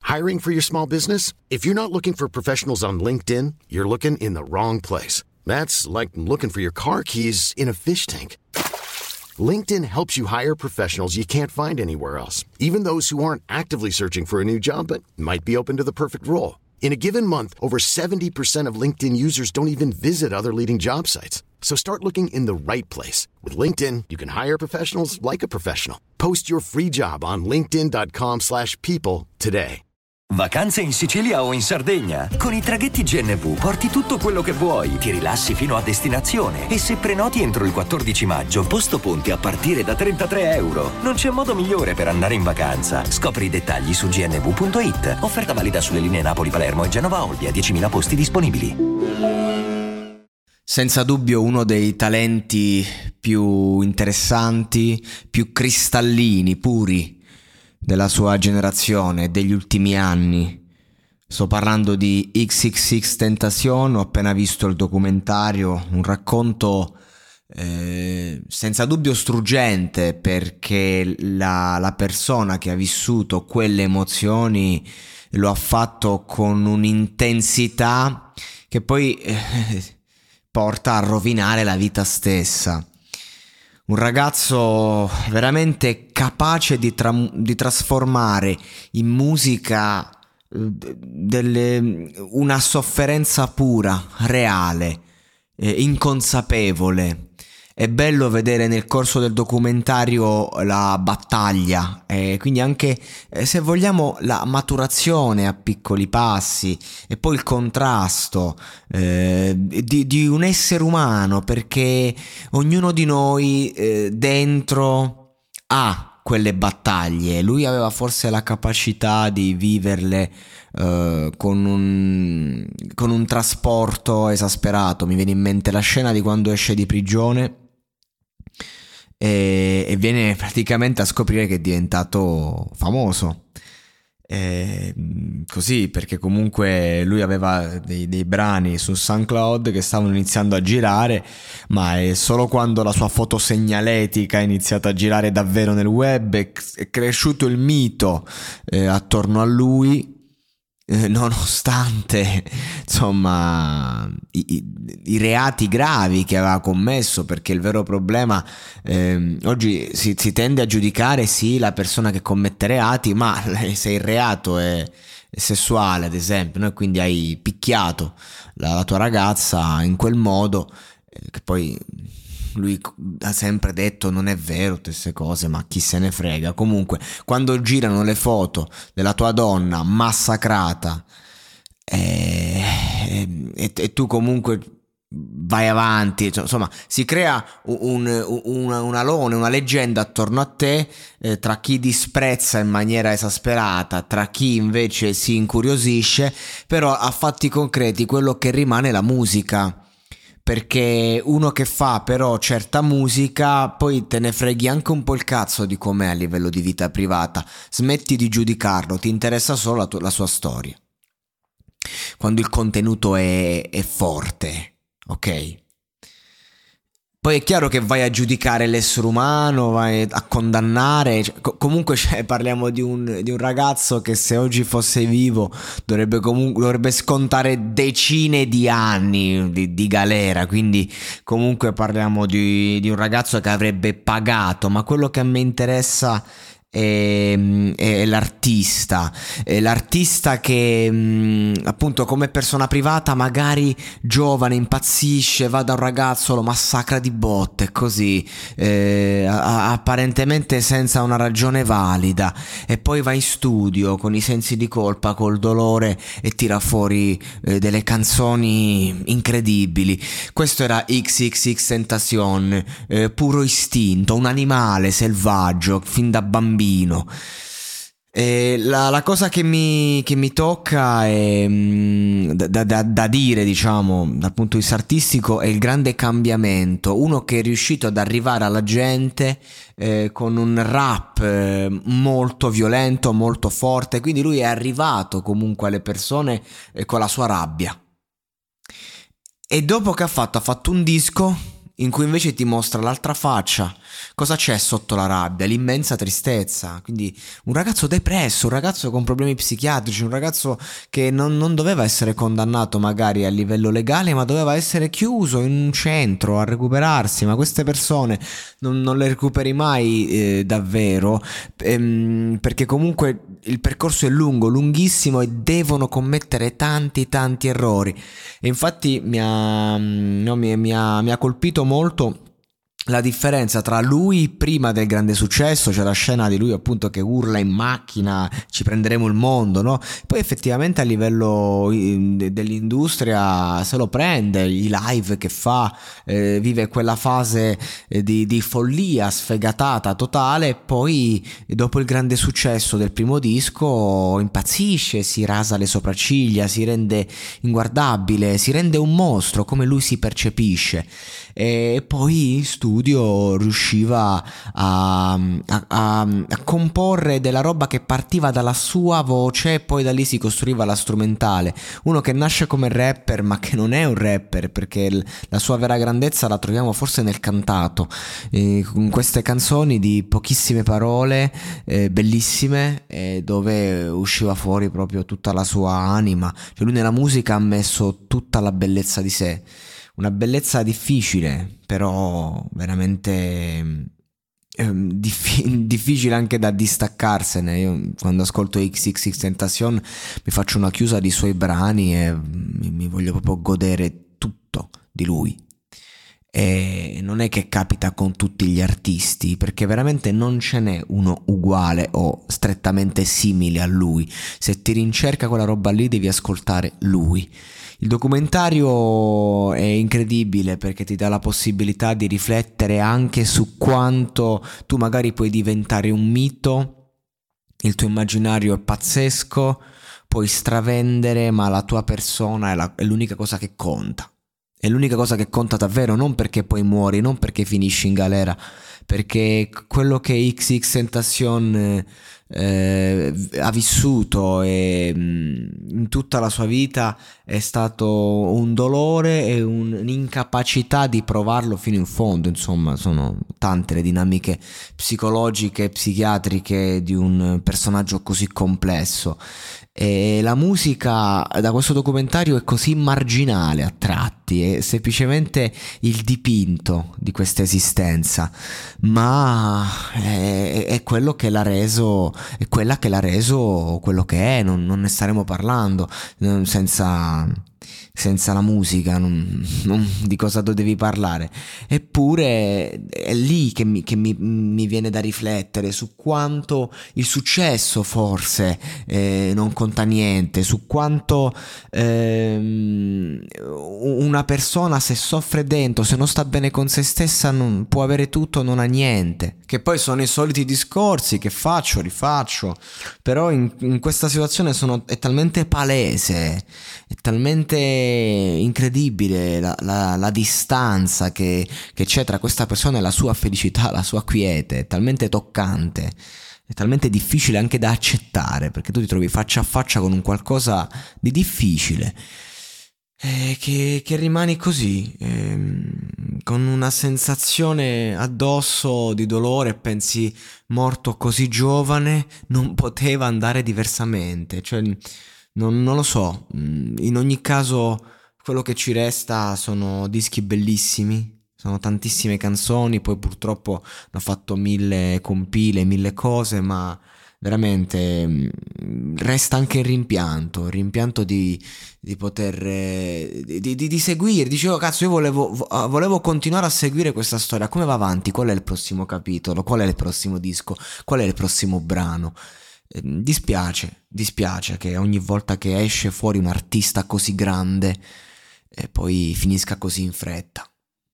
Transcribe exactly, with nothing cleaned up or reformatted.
Hiring for your small business? If you're not looking for professionals on LinkedIn, you're looking in the wrong place. That's like looking for your car keys in a fish tank. LinkedIn helps you hire professionals you can't find anywhere else, even those who aren't actively searching for a new job but might be open to the perfect role. In a given month, over seventy percent of LinkedIn users don't even visit other leading job sites. So start looking in the right place. With LinkedIn, you can hire professionals like a professional. Post your free job on linkedin.com slash people today. Vacanze in Sicilia o in Sardegna? Con i traghetti G N V porti tutto quello che vuoi, ti rilassi fino a destinazione e se prenoti entro il quattordici maggio, posto ponti a partire da trentatré euro. Non c'è modo migliore per andare in vacanza. Scopri i dettagli su g n v punto i t. Offerta valida sulle linee Napoli-Palermo e Genova-Olbia, diecimila posti disponibili. Senza dubbio uno dei talenti più interessanti, più cristallini, puri della sua generazione, degli ultimi anni. Sto parlando di X X X Tentacion. Ho appena visto il documentario, un racconto eh, senza dubbio struggente, perché la, la persona che ha vissuto quelle emozioni lo ha fatto con un'intensità che poi eh, porta a rovinare la vita stessa. Un ragazzo veramente capace di, tra- di trasformare in musica delle, una sofferenza pura, reale, eh, inconsapevole. È bello vedere nel corso del documentario la battaglia e quindi anche, eh, se vogliamo, la maturazione a piccoli passi e poi il contrasto eh, di, di un essere umano, perché ognuno di noi eh, dentro ha quelle battaglie. Lui aveva forse la capacità di viverle uh, con un, con un trasporto esasperato. Mi viene in mente la scena di quando esce di prigione e, e viene praticamente a scoprire che è diventato famoso. E, così, perché comunque lui aveva dei, dei brani su SoundCloud che stavano iniziando a girare, ma è solo quando la sua foto segnaletica è iniziata a girare davvero nel web è, è cresciuto il mito eh, attorno a lui, eh, nonostante insomma i, i, i reati gravi che aveva commesso, perché il vero problema eh, oggi si, si tende a giudicare sì la persona che commette reati, ma se il reato è, è sessuale, ad esempio, no? Quindi hai picchiato la, la tua ragazza in quel modo, eh, che poi lui ha sempre detto non è vero tutte queste cose, ma chi se ne frega. Comunque quando girano le foto della tua donna massacrata e, e, e tu comunque vai avanti, insomma si crea un, un, un alone, una leggenda attorno a te, eh, tra chi disprezza in maniera esasperata, tra chi invece si incuriosisce. Però a fatti concreti quello che rimane è la musica, perché uno che fa però certa musica poi te ne freghi anche un po' il cazzo di com'è a livello di vita privata, smetti di giudicarlo, ti interessa solo la, tua, la sua storia quando il contenuto è, è forte, ok? Poi è chiaro che vai a giudicare l'essere umano, vai a condannare, cioè, co- comunque cioè, parliamo di un, di un ragazzo che se oggi fosse vivo dovrebbe comunque dovrebbe scontare decine di anni di, di galera, quindi comunque parliamo di, di un ragazzo che avrebbe pagato. Ma quello che a me interessa è, è l'artista, è l'artista che mh, appunto come persona privata magari giovane impazzisce, va da un ragazzo, lo massacra di botte così, eh, a- apparentemente senza una ragione valida, e poi va in studio con i sensi di colpa, col dolore, e tira fuori eh, delle canzoni incredibili. Questo era X X X Tentacion, eh, puro istinto, un animale selvaggio fin da bambino. E la, la cosa che mi, che mi tocca è, mh, da, da, da dire, diciamo, dal punto di vista artistico, è il grande cambiamento. Uno che è riuscito ad arrivare alla gente eh, con un rap eh, molto violento, molto forte. Quindi lui è arrivato comunque alle persone eh, con la sua rabbia. E dopo che ha fatto, ha fatto un disco in cui invece ti mostra l'altra faccia, Cosa c'è sotto la rabbia? L'immensa tristezza. Quindi un ragazzo depresso, un ragazzo con problemi psichiatrici, un ragazzo che non, non doveva essere condannato magari a livello legale, ma doveva essere chiuso in un centro a recuperarsi. Ma queste persone non, non le recuperi mai eh, davvero, ehm, perché comunque il percorso è lungo, lunghissimo, e devono commettere tanti tanti errori. E infatti mi ha, no, mi, mi ha, mi ha colpito molto la differenza tra lui prima del grande successo. C'è la scena di lui appunto che urla in macchina ci prenderemo il mondo, no? Poi effettivamente a livello dell'industria se lo prende, i live che fa, eh, vive quella fase di, di follia sfegatata totale, e poi dopo il grande successo del primo disco impazzisce, si rasa le sopracciglia, si rende inguardabile, si rende un mostro come lui si percepisce. E poi in studio riusciva a, a, a, a comporre della roba che partiva dalla sua voce, e poi da lì si costruiva la strumentale. Uno che nasce come rapper ma che non è un rapper, perché l- la sua vera grandezza la troviamo forse nel cantato, eh, con queste canzoni di pochissime parole, eh, bellissime, eh, dove usciva fuori proprio tutta la sua anima. Cioè lui nella musica ha messo tutta la bellezza di sé. Una bellezza difficile, però veramente eh, diffi- difficile anche da distaccarsene. Io quando ascolto X X X Tentacion mi faccio una chiusa di suoi brani e mi, mi voglio proprio godere tutto di lui. E non è che capita con tutti gli artisti, perché veramente non ce n'è uno uguale o strettamente simile a lui. Se ti rincerca quella roba lì devi ascoltare lui. Il documentario è incredibile perché ti dà la possibilità di riflettere anche su quanto tu magari puoi diventare un mito, il tuo immaginario è pazzesco, puoi stravendere, ma la tua persona è, la, è l'unica cosa che conta. È l'unica cosa che conta davvero, non perché poi muori, non perché finisci in galera, perché quello che X X Tentacion eh, ha vissuto e, mh, in tutta la sua vita è stato un dolore e un, un'incapacità di provarlo fino in fondo. Insomma, sono tante le dinamiche psicologiche e psichiatriche di un personaggio così complesso. E la musica da questo documentario è così marginale a tratti, è semplicemente il dipinto di questa esistenza, ma è, è quello che l'ha reso, è quella che l'ha reso quello che è. Non, non ne staremo parlando senza, senza la musica, non, non, di cosa dovevi parlare. Eppure è lì che, mi, che mi, mi viene da riflettere su quanto il successo forse eh, non conta niente, su quanto ehm, una persona se soffre dentro, se non sta bene con se stessa, non può avere tutto, non ha niente. Che poi sono i soliti discorsi che faccio, rifaccio, però in, in questa situazione sono, è talmente palese, è talmente incredibile la, la, la distanza che, che c'è tra questa persona e la sua felicità, la sua quiete, è talmente toccante, è talmente difficile anche da accettare, perché tu ti trovi faccia a faccia con un qualcosa di difficile, eh, che, che rimani così, ehm, con una sensazione addosso di dolore, e pensi, morto così giovane non poteva andare diversamente. Cioè non, non lo so, in ogni caso quello che ci resta sono dischi bellissimi, sono tantissime canzoni, poi purtroppo hanno fatto mille compile, mille cose, ma veramente resta anche il rimpianto, il rimpianto di, di poter di, di, di seguire. Dicevo, cazzo, io volevo, volevo continuare a seguire questa storia, come va avanti, qual è il prossimo capitolo, qual è il prossimo disco, qual è il prossimo brano. Dispiace, dispiace che ogni volta che esce fuori un artista così grande e poi finisca così in fretta.